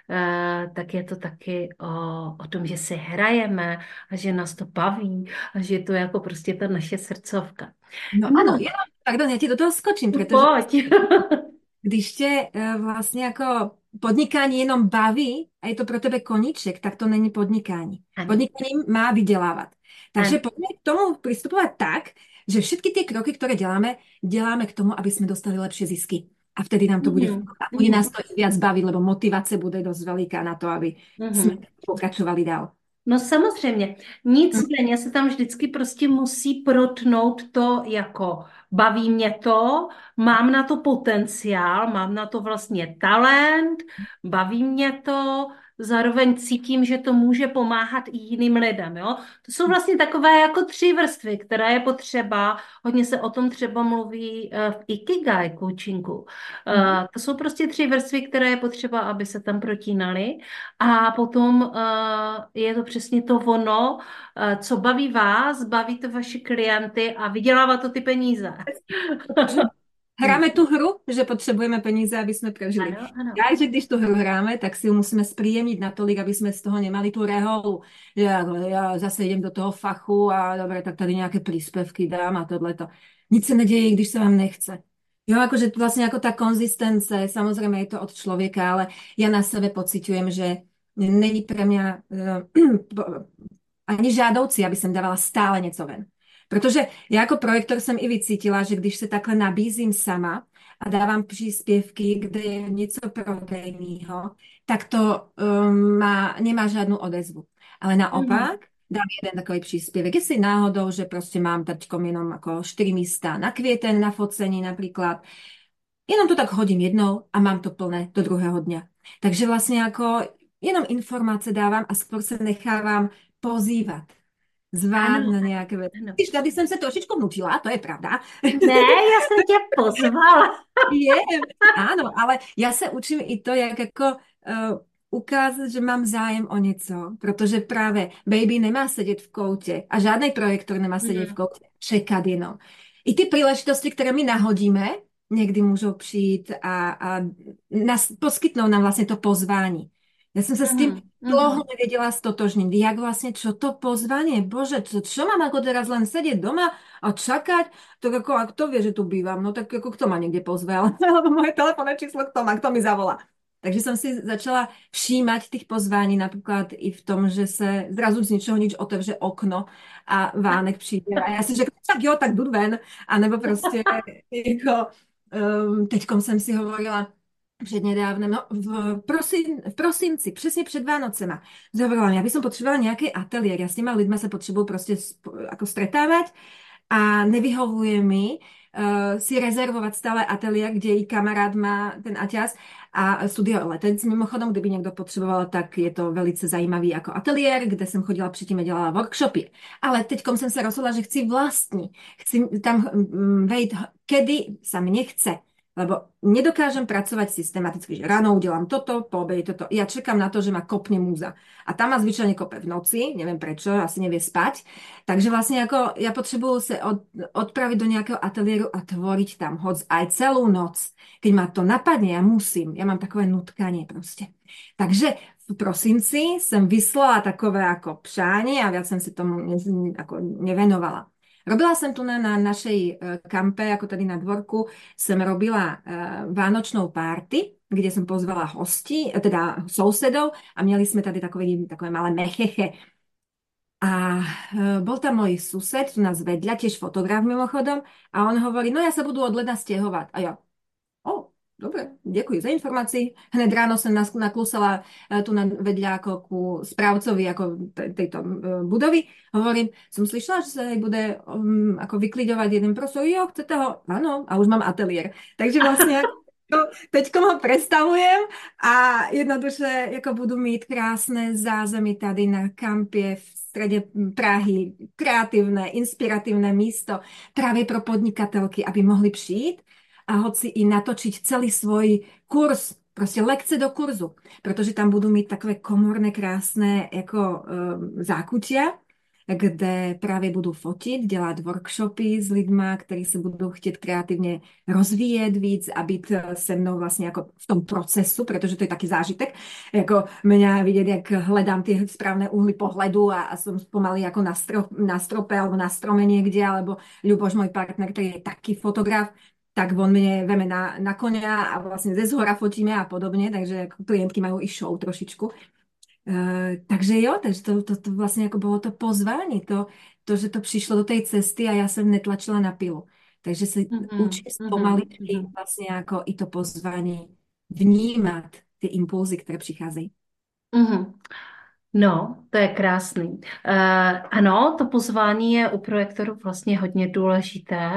tak je to taky o, o tom, že si hrajeme a že nás to baví a že je to jako prostě ta naše srdcovka. No, no. Ano, já, pardon, já ti do toho skočím, protože Pojď. Když tě vlastně jako podnikání jenom baví a je to pro tebe koníček, tak to není podnikání. Ano. Podnikání má vydělávat. Takže ano. Pojďme k tomu přistupovat tak, že všetky ty kroky, které děláme, děláme k tomu, aby jsme dostali lepší zisky. A vtedy nám to bude mm-hmm. fungovat. Bude nás to viac baviť, lebo motivace bude dosť veliká na to, aby mm-hmm. jsme pokračovali dál. No samozřejmě. Nicméně se tam vždycky prostě musí protnout to jako baví mě to, mám na to potenciál, mám na to vlastně talent, baví mě to, zároveň cítím, že to může pomáhat i jiným lidem. Jo? To jsou vlastně takové jako tři vrstvy, které je potřeba, hodně se o tom třeba mluví v Ikigai coachingu. Mm. To jsou prostě tři vrstvy, které je potřeba, aby se tam protínaly a potom je to přesně to ono, co baví vás, baví to vaše klienty a vydělává to ty peníze. Hráme tu hru, že potřebujeme peníze, aby jsme prežili. Ano, ano. Já, že když tu hru hráme, tak si ju musíme spríjemniť natolik, aby jsme z toho nemali tu reholu. Ja, ja zase idem do toho fachu a dobre, tak tady nějaké príspevky dám a tohleto. Nic se neděje, když se vám nechce. Jo, akože vlastne ako tá konzistence, samozrejme je to od človeka, ale ja na sebe pociťujem, že není pre mňa ani žádoucí, aby jsem dávala stále něco ven. Protože já jako projektor jsem i vycítila, že když se takhle nabízím sama a dávám příspěvky, kde je něco prodejného, tak to um, má, nemá žádnou odezvu. Ale Mhm. naopak, dám jeden takový příspěvek. Jestli náhodou, že prostě mám tačkom jenom jako čtyři místa na květen, na focení například, jenom to tak hodím jednou a mám to plné do druhého dňa. Takže vlastně jako jenom informace dávám a skôr se nechávám pozývat, Ano, zvát na nějaké věci. ano. Když tady jsem se trošičku vnutila, to je pravda. Ne, já jsem tě pozvala. Je, áno, ale ja sa učím i to, jak jako uh, ukázat, že mám zájem o něco, protože právě baby nemá sedět v koutě a žádný projektor nemá sedět v Mhm. koutě, čekat jenom. I ty příležitosti, které my nahodíme, někdy můžou přijít a, a nás, poskytnou nám vlastně to pozvání. Já jsem se s tím Mhm. dlouho Mhm. nevěděla stotožnit. Jak vlastně, čo to pozvání? Bože, čo, čo mám jako teraz len sedět doma a čakať? Tak jako, a kto vie, že tu bývam? No tak jako kto ma někde pozve, ale alebo moje telefónne číslo kto má, kto mi zavolá. Takže jsem si začala všímať těch pozvání například i v tom, že se zrazu z ničeho nič otevře okno a Vánek přijde a já si řeknu, tak jo, tak jdu ven. A nebo prostě jako um, teďkom jsem si hovorila přednedávnem, no v, prosin, v prosinci, přesně před Vánocema, hovorila, já bych potřebovala nějaký ateliér, já s těma lidma se potřebuju prostě sp- jako stretávať a nevyhovuje mi uh, si rezervovat stále ateliér, kde i kamarád má ten Aťas a studio Letec. Mimochodom, kdyby někdo potřeboval, tak je to velice zajímavý jako ateliér, kde jsem chodila předtím a dělala workshopy. Ale teďkom jsem se rozhodla, že chci vlastní. Chci tam um, vejít, kedy sa mne chce. Lebo nedokážem pracovať systematicky, že ráno udělám toto, po obede toto. Ja čekám na to, že ma kopne múza. A tam ma zvyčajne kope v noci, neviem prečo, asi nevie spať. Takže vlastne ako ja potrebuju sa od, odpraviť do nejakého ateliéru a tvoriť tam, hoc aj celú noc. Keď ma to napadne, ja musím. Ja mám takové nutkanie proste. Takže v prosinci jsem vyslala takové jako přání a viac jsem si tomu ne, jako nevenovala. Robila jsem tu na, na našej kampe, jako tady na dvorku, jsem robila uh, vánočnou párty, kde jsem pozvala hostí, teda sousedov a měli jsme tady takové, takové malé mecheche. A e, bol tam môj sused, tu nás vedľa, tiež fotograf mimochodom, a on hovorí, no ja sa budú od leda stiehovať. A ja, o, dobre, ďakujem za informácii. Hned ráno som nas- naklusala e, tu na vedľa ako ku správcovi ako te- tejto e, budovy. Hovorím, som slyšela, že sa aj bude um, ako vykliďovať jeden prostor. Jo, chcete ho? Áno, a už mám ateliér. Takže vlastne jako teďko ho predstavujem a jednoduše jako budu mít krásné zázemí tady na kampě v středě Prahy, kreativné, inspirativné místo právě pro podnikatelky, aby mohli přijít a hoci i natočiť celý svoj kurz, prostě lekce do kurzu, protože tam budu mít takové komorné krásné jako um, zákutia, kde právě budu fotit, dělat workshopy s lidma, kteří se budou chtět kreativně rozvíjet víc a být se mnou vlastně jako v tom procesu, protože to je taky zážitek, jako mě vidět, jak hledám ty správné úhly pohledu a, a jsem pomaly jako na, strop, na strope alebo na strome někde, alebo Ľuboš, můj partner, který je taky fotograf, tak on mě veme na, na konia a vlastně ze zhora fotíme a podobně, takže klientky mají i show trošičku. Uh, takže jo, takže to, to, to vlastně jako bylo to pozvání, to, to, že to přišlo do té cesty a já jsem netlačila na pilu. Takže se Mhm. učím Mhm. pomaličky Mhm. vlastně jako i to pozvání vnímat ty impulzy, které přicházejí. Mhm. No, to je krásný. Uh, ano, to pozvání je u projektorů vlastně hodně důležité.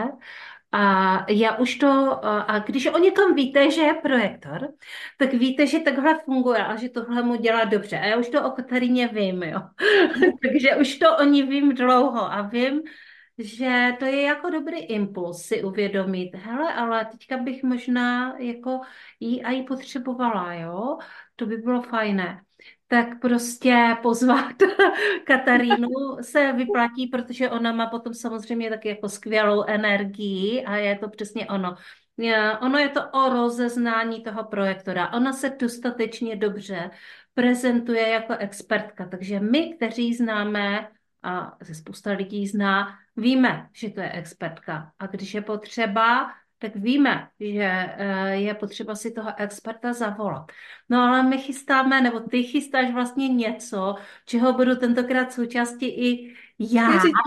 A já už to, a a když o někom víte, že je projektor, tak víte, že takhle funguje a že tohle mu dělá dobře. A já už to o Kataríně vím, jo. Takže už to o ní vím dlouho a vím, že to je jako dobrý impuls si uvědomit, hele, ale teďka bych možná jako jí a jí potřebovala, jo, to by bylo fajné. Tak prostě pozvat Katarínu se vyplatí, protože ona má potom samozřejmě taky jako skvělou energii a je to přesně ono. Je- Ono je to o rozeznání toho projektora. Ona se dostatečně dobře prezentuje jako expertka, takže my, kteří známe, a ze spousta lidí zná, víme, že to je expertka. A když je potřeba, tak víme, že eh, je potřeba si toho experta zavolat. No ale my chystáme, nebo ty chystáš vlastně něco, čeho budu tentokrát součástí i já. Každý,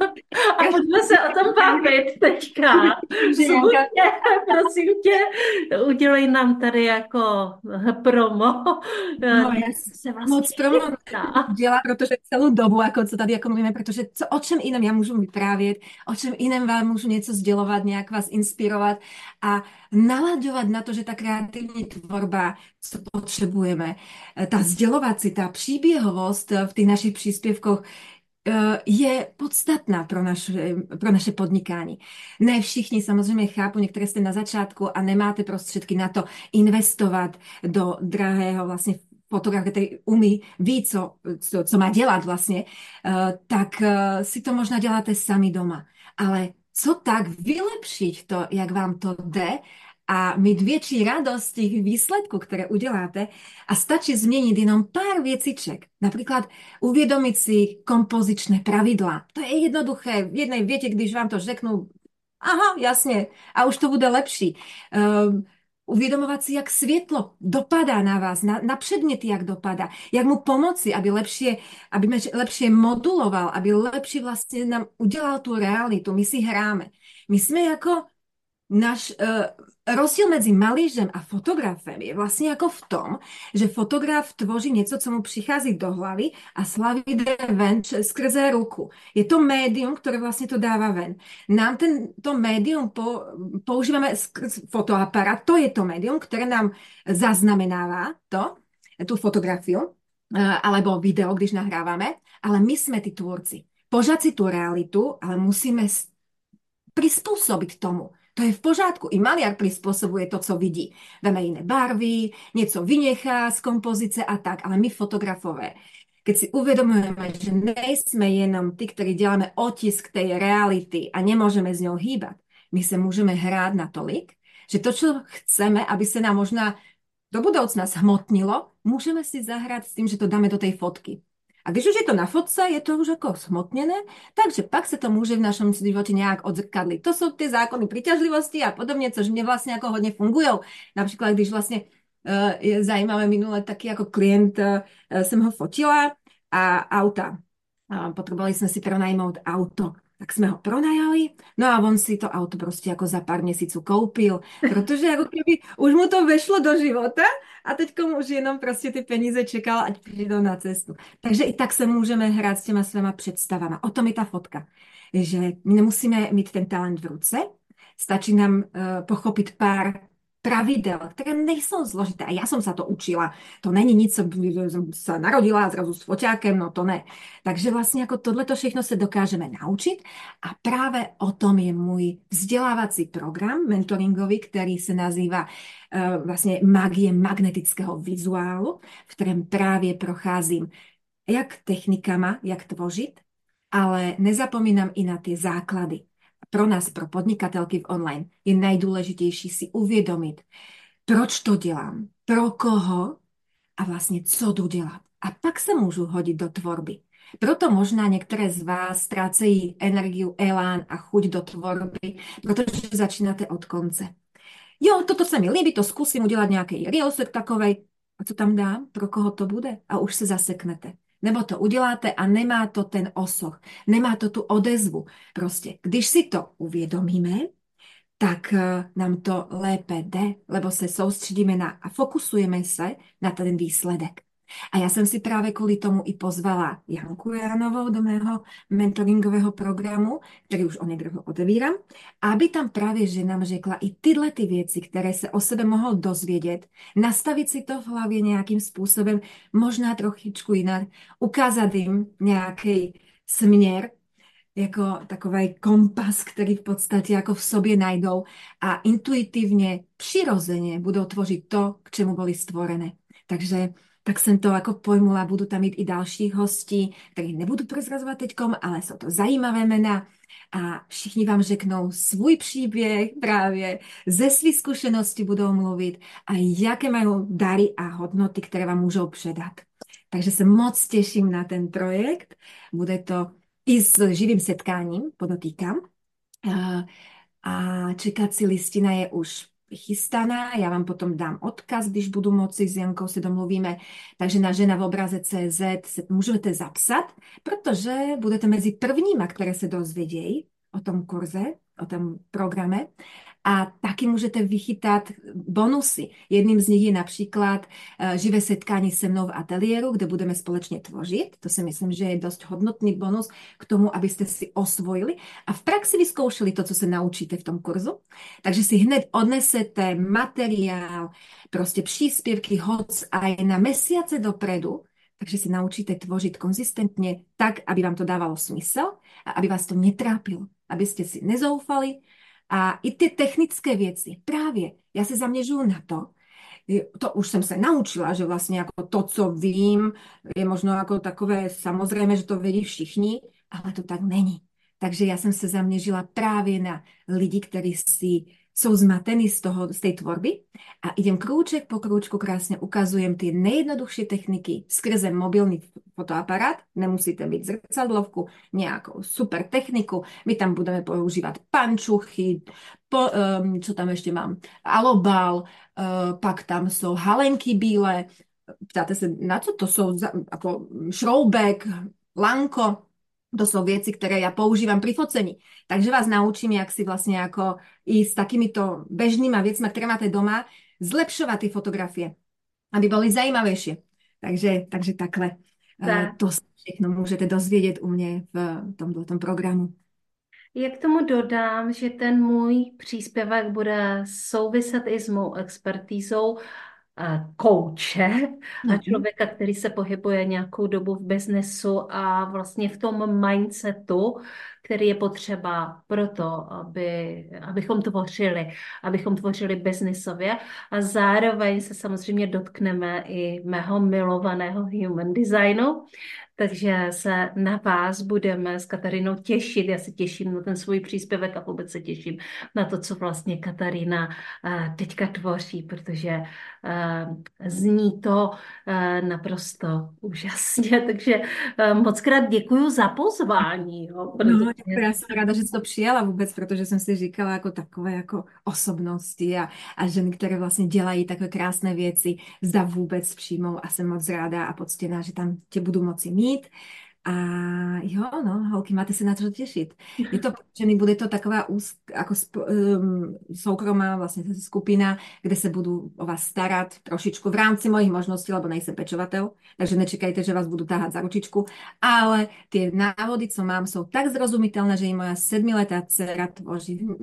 A pojďme se o tom bavit teďka. že Janka, Smutně, prosím tě, udělej nám tady jako promo, no eh, ja se vlastně moc promo chystá. dělá, protože celou dobu, jako co tady jako mluvíme, protože co, o čem jiném já můžu vyprávět, o čem jiném vám můžu něco sdělovat, nějak vás inspirovat a nalaďovat na to, že ta kreativní tvorba, co potřebujeme, ta sdělovací, ta příběhovost v těch našich příspěvkoch eh, je podstatná pro naše, pro naše podnikání. Ne všichni samozřejmě chápu, některé jste na začátku a nemáte prostředky na to investovat do drahého vlastně fotograf, který umí, ví, co, co, co má dělat vlastně, eh, tak eh, si to možná děláte sami doma. Ale co tak vylepšit to, jak vám to jde a mít větší radost z těch výsledků, které uděláte a stačí změnit jenom pár věciček. Například uvědomit si kompozičné pravidla. To je jednoduché. V jednej větě, když vám to řeknu, aha, jasně, a už to bude lepší. Um, uvědomovat si, jak světlo dopadá na vás, na, na předměty, jak dopadá, jak mu pomoci, aby lepšie, aby lepšie moduloval, aby lepšie vlastně nám udělal tu realitu. My si hráme. My jsme jako náš uh, rozdíl mezi malířem a fotografem je vlastně jako v tom, že fotograf tvoří něco, co mu přichází do hlavy a slaví jde ven skrze ruku. Je to médium, které vlastně to dává ven. Nám ten, to médium po, používáme skrz fotoaparát, to je to médium, které nám zaznamenává to, tu fotografii, uh, alebo video, když nahráváme, ale my jsme ty tvůrci. Požať si tu realitu, ale musíme prispôsobiť tomu. To je v pořádku. I maliar prispôsobuje to, co vidí. Dáme jiné barvy, něco vynechá z kompozice a tak, ale my fotografové, keď si uvedomujeme, že nejsme jenom ty, ktorí děláme otisk tej reality a nemôžeme s ňou hýbať, my se můžeme hrát natolik, že to, čo chceme, aby se nám možná do budoucna zhmotnilo, můžeme si zahrát s tým, že to dáme do tej fotky. A když už je to na fotce, je to už jako smotněné, takže pak se to může v našem životě nějak odzrkadlit. To jsou ty zákony přitažlivosti a podobně, což mě vlastně jako hodně fungují. Například, když vlastně uh, je zajímavé minule taky jako klient, uh, jsem ho fotila a auta. Uh, potřebovali jsme si pronajmout auto. Tak jsme ho pronajali, no a on si to auto prostě jako za pár měsíců koupil, protože jako kdyby už mu to vešlo do života a teď už jenom prostě ty peníze čekal, ať přijdou na cestu. Takže i tak se můžeme hrát s těma svýma představama. O tom je ta fotka, že my nemusíme mít ten talent v ruce, stačí nám uh, pochopit pár pravidel, které nejsou zložité. A já jsem se to učila. To není nic, co jsem se narodila zrazu s foťákem, no to ne. Takže vlastně jako tohleto všechno se dokážeme naučit a právě o tom je můj vzdělávací program mentoringový, který se nazývá uh, vlastně magie magnetického vizuálu, v kterém právě procházím jak technikama, jak tvořit, ale nezapomínám i na ty základy. Pro nás, pro podnikatelky v online, je nejdůležitější si uvědomit, proč to dělám, pro koho a vlastně co jdu dělat. A pak se můžu hodit do tvorby. Proto možná některé z vás ztrácejí energiu, elán a chuť do tvorby, protože začínáte od konce. Jo, toto se mi líbí, to zkusím udělat nějaký reelsek takovej. A co tam dám? Pro koho to bude? A už se zaseknete. Nebo to uděláte a nemá to ten osoch, nemá to tu odezvu. Prostě, když si to uvědomíme, tak nám to lépe jde, lebo se soustředíme na a fokusujeme se na ten výsledek. A já jsem si právě kvůli tomu i pozvala Janku Jánovou do mého mentoringového programu, který už onedlouho otevírám, aby tam právě že nám řekla i tyhle ty věci, které se o sebe mohou dozvědět, nastavit si to v hlavě nějakým způsobem, možná trošičku jinak, ukázat jim nějaký směr, jako takový kompas, který v podstatě jako v sobě najdou a intuitivně, přirozeně budou tvořit to, k čemu byly stvorené. Takže tak jsem to jako pojmula, budu tam mít i dalších hostí, který nebudu prozrazovat teďkom, ale jsou to zajímavé jména a všichni vám řeknou svůj příběh právě, ze svých zkušeností budou mluvit a jaké mají dary a hodnoty, které vám můžou předat. Takže se moc těším na ten projekt, bude to i s živým setkáním, podotýkám. a čekací listina je už chystaná. Já vám potom dám odkaz, když budu moci, s Jankou se domluvíme. Takže na žena v obraze tečka cé zet se můžete zapsat, protože budete mezi prvníma, které se dozvědějí o tom kurze, o tom programe. A taky můžete vychytat bonusy. Jedním z nich je například uh, živé setkání se mnou v ateliéru, kde budeme společně tvořit. To si myslím, že je dost hodnotný bonus k tomu, abyste si osvojili a v praxi vyzkoušeli to, co se naučíte v tom kurzu. Takže si hned odnesete materiál, prostě příspěvky hoc aj na mesiace dopredu, takže si naučíte tvořit konzistentně tak, aby vám to dávalo smysl a aby vás to netrápilo, abyste si nezoufali. A i ty technické věci, právě, já se zaměřuju na to, to už jsem se naučila, že vlastně jako to, co vím, je možno jako takové samozřejmé, že to vědí všichni, ale to tak není. Takže já jsem se zaměřila právě na lidi, kteří si jsou zmatení z toho, z té tvorby a idem krůček po krůčku krásně ukazujem ty nejjednodušší techniky skrze mobilní fotoaparát. Nemusíte mít zrcadlovku, nějakou super techniku. My tam budeme používat pančuchy, po, um, co tam ještě mám, alobal, uh, pak tam jsou halenky bílé. Ptáte se, na co to jsou? Jako šroubek, lanko. To jsou věci, které já používám pri focení. Takže vás naučím, jak si vlastně jako i s takýmito bežnýma věcmi, které máte doma, zlepšovat ty fotografie, aby byly zajímavější. Takže, takže takhle. Tak. To všechno můžete dozvědět u mě v tomto programu. Já k tomu dodám, že ten můj příspěvek bude souviset i s mou expertízou kouče a člověka, který se pohybuje nějakou dobu v biznesu a vlastně v tom mindsetu, který je potřeba pro to, aby, abychom tvořili, abychom tvořili biznisově a zároveň se samozřejmě dotkneme i mého milovaného human designu, takže se na vás budeme s Katarínou těšit. Já se těším na ten svůj příspěvek a vůbec se těším na to, co vlastně Katarína teďka tvoří, protože zní to naprosto úžasně. Takže moc krát děkuju za pozvání. Jo, protože... No, já jsem ráda, že jsi to přijala vůbec, protože jsem si říkala jako takové jako osobnosti a, a ženy, které vlastně dělají takové krásné věci, zda vůbec přijmou a jsem moc ráda a poctěná, že tam tě budu moci mít. A jo, no, holky, máte se na to těšit. Je to, ženy, bude to taková úzk, jako um, soukromá vlastně skupina, kde se budu o vás starat trošičku v rámci mojich možností, lebo nejsem pečovatel, takže nečekajte, že vás budu táhat za ručičku, ale ty návody, co mám, jsou tak zrozumitelné, že i moja sedmiletá dcera tvoří um,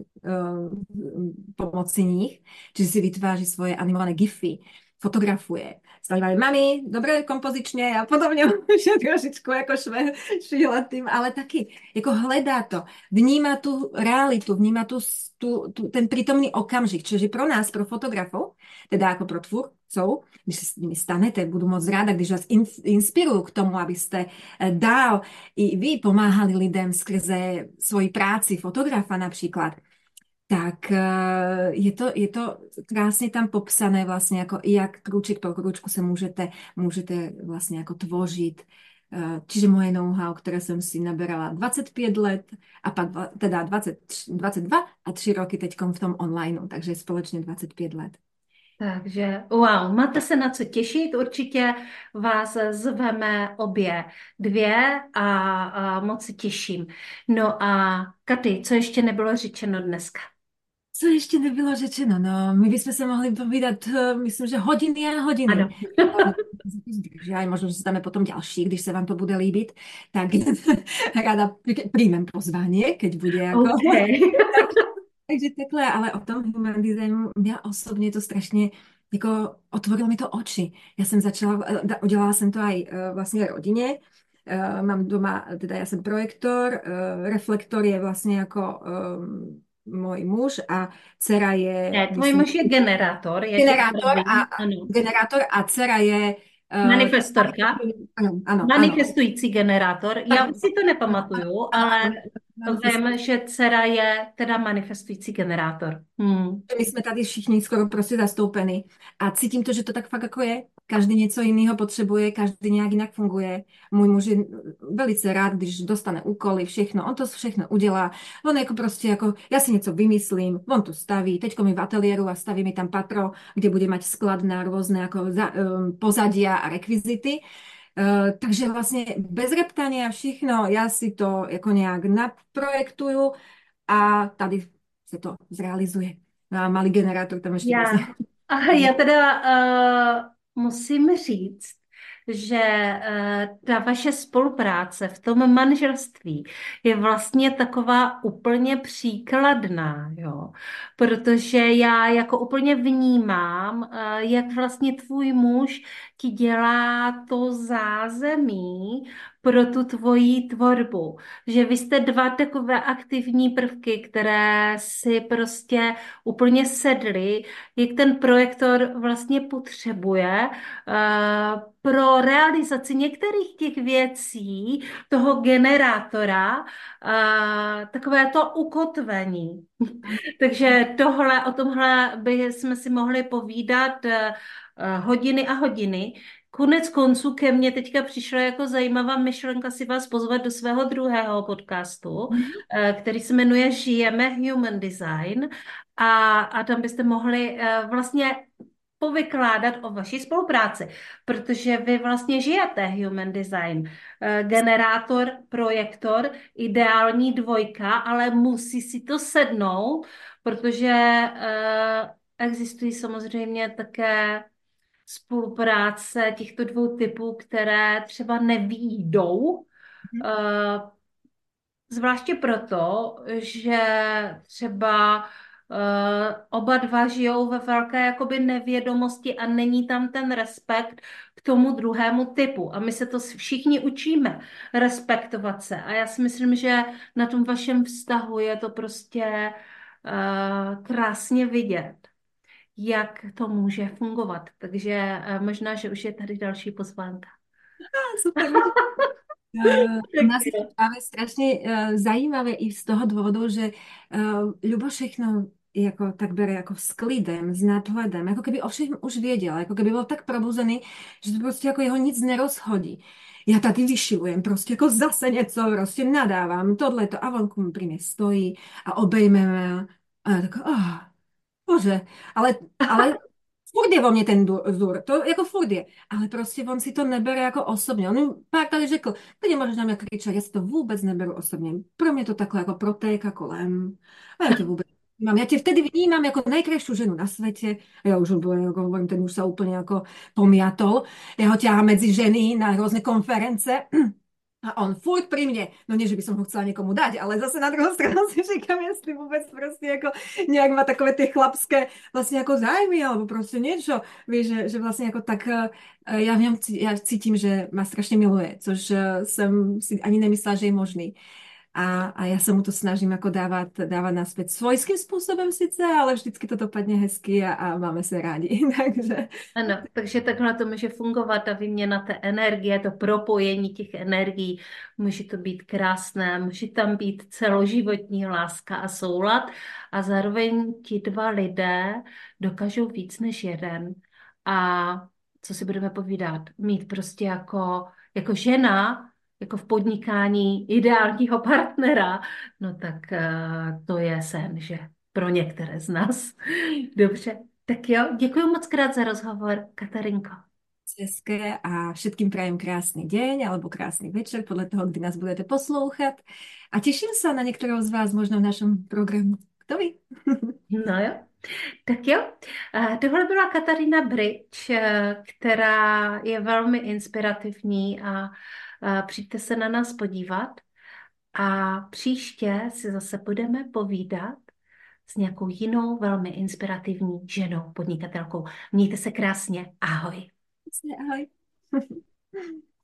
pomocí nich, čiže si vytváří svoje animované gify, fotografuje. Stavíme, mami, dobré kompozičně a podobně už je trošičku jako šve, švílet tým, ale taky jako hledá to, vnímá tu realitu, vnímá tu, tu, tu, ten prítomný okamžik, čiže pro nás, pro fotografov, teda jako pro tvůrcov, když se s nimi stanete, budu moc ráda, když vás in, inspiruju k tomu, abyste dál i vy pomáhali lidem skrze svoji práci fotografa například, tak je to, je to krásně tam popsané vlastně, jako jak krůček po krůčku se můžete, můžete vlastně jako tvořit. Čiže moje know-how, které jsem si naberala dvacet pět let a pak teda dvacet, dvacet dva a tři roky teďkom v tom online, takže společně dvacet pět let. Takže wow, máte se na co těšit, určitě vás zveme obě dvě a, a moc se těším. No a Katy, co ještě nebylo řečeno dneska? Co ještě nebylo řečeno? No, my bychom se mohli povídat, myslím, že hodiny a hodiny. Ano. Já možná, že se dáme potom další, když se vám to bude líbit, tak ráda přijmem pozvání, keď bude jako... Okay. Takže takhle, ale o tom human designu já osobně to strašně jako otvorilo mi to oči. Já jsem začala, udělala jsem to aj vlastně rodině, mám doma, teda já jsem projektor, reflektor je vlastně jako um, můj muž a dcera je... Ne, tvůj muž je generátor. Jak Generátor, je a, generátor a dcera je... Uh, manifestorka. Ano, ano, Manifestující ano. generátor. Já už si to nepamatuju, ale Vím, že dcera je teda manifestující generátor. Hmm. My jsme tady všichni skoro prostě zastoupeni a cítím to, že to tak fakt jako je. Každý něco jiného potřebuje, každý nějak jinak funguje. Můj muž je velice rád, když dostane úkoly, všechno, on to všechno udělá. On jako prostě jako, já si něco vymyslím, on to staví, teďko mi v ateliéru a staví mi tam patro, kde bude mať sklad na různé jako za, um, pozadia a rekvizity. Uh, takže vlastně bez reptania všechno, já si to jako nějak naprojektuju a tady se to zrealizuje. A malý generátor tam ještě Já, vlastně. a já teda uh, musím říct, že uh, ta vaše spolupráce v tom manželství je vlastně taková úplně příkladná, jo? Protože já jako úplně vnímám, uh, jak vlastně tvůj muž ti dělá to zázemí pro tu tvoji tvorbu. Že vy jste dva takové aktivní prvky, které si prostě úplně sedly, jak ten projektor vlastně potřebuje eh, pro realizaci některých těch věcí toho generátora, eh, takové to ukotvení. Takže tohle, o tomhle by jsme si mohli povídat eh, eh, hodiny a hodiny. Konec konců ke mně teďka přišla jako zajímavá myšlenka si vás pozvat do svého druhého podcastu, eh, který se jmenuje Žijeme Human Design. A, a tam byste mohli eh, vlastně povykládat o vaší spolupráci, protože vy vlastně žijete Human Design. Eh, Generátor, projektor, ideální dvojka, ale musí si to sednout, protože eh, existují samozřejmě také spolupráce těchto dvou typů, které třeba nevídou. Eh, Zvláště proto, že třeba uh, oba dva žijou ve velké jakoby nevědomosti a není tam ten respekt k tomu druhému typu. A my se to všichni učíme, respektovat se. A já si myslím, že na tom vašem vztahu je to prostě uh, krásně vidět, jak to může fungovat. Takže uh, možná, že už je tady další pozvánka. Super, vidíš. Eh, U Tak nás je to jo. právě strašně eh, zajímavé i z toho důvodu, že eh, Ľubo všechno jako tak bere jako s klidem, s nadhledem, jako kdyby o všem už věděl, jako kdyby byl tak probuzený, že to prostě jako jeho nic nerozhodí. Já tady vyšilujem, prostě jako zase něco, prostě nadávám, tohleto a vonku mi pri mě stojí a obejmeme a já tak, oh, bože, ale, ale furt je vo mně ten du- vzor, to jako furt je, ale prostě on si to nebere jako osobně. On mi pár tady řekl, ty nemůžeš na mě kričet, já si to vůbec neberu osobně. Pro mě to takhle jako protéká kolem a já tě vůbec mám. Já tě vtedy vnímám jako nejkrajšiu ženu na světě. A já už úplně, jako hovorím, ten už se úplně jako pomiatol. Já ho ťahám mezi ženy na různé konference. A on furt pri mne, no nie, že by som ho chcela někomu dať, ale zase na druhou stranu si říkám, jestli vůbec prostě jako nějak má takové ty chlapské vlastně jako zájmy, alebo prostě něco, víš, že, že vlastně jako tak, eh, já v něm cí- já cítím, že má strašně miluje, což eh, jsem si ani nemyslela, že je možný. A, a já se mu to snažím jako dávat, dávat naspět svojským způsobem sice, ale vždycky to dopadne hezky a, a máme se rádi, takže... Ano, takže takhle to může fungovat, ta výměna té energie, to propojení těch energií, může to být krásné, může tam být celoživotní láska a soulad a zároveň ti dva lidé dokážou víc než jeden. A co si budeme povídat, mít prostě jako, jako žena, jako v podnikání ideálního partnera, no tak eh, to je sen, že pro některé z nás. Dobře. Tak jo, děkuji moc krát za rozhovor, Katarinko. Hezké a všetkým prajem krásny deň alebo krásny večer podľa toho, kdy nás budete poslouchat. A těším se na některého z vás možno v našem programu. Kto ví? No jo, tak jo. Eh, Tohle byla Katarína Bridge, eh, která je velmi inspirativní a eh, přijďte se na nás podívat. A příště si zase budeme povídat s nějakou jinou velmi inspirativní ženou, podnikatelkou. Mějte se krásně. Ahoj. Ahoj.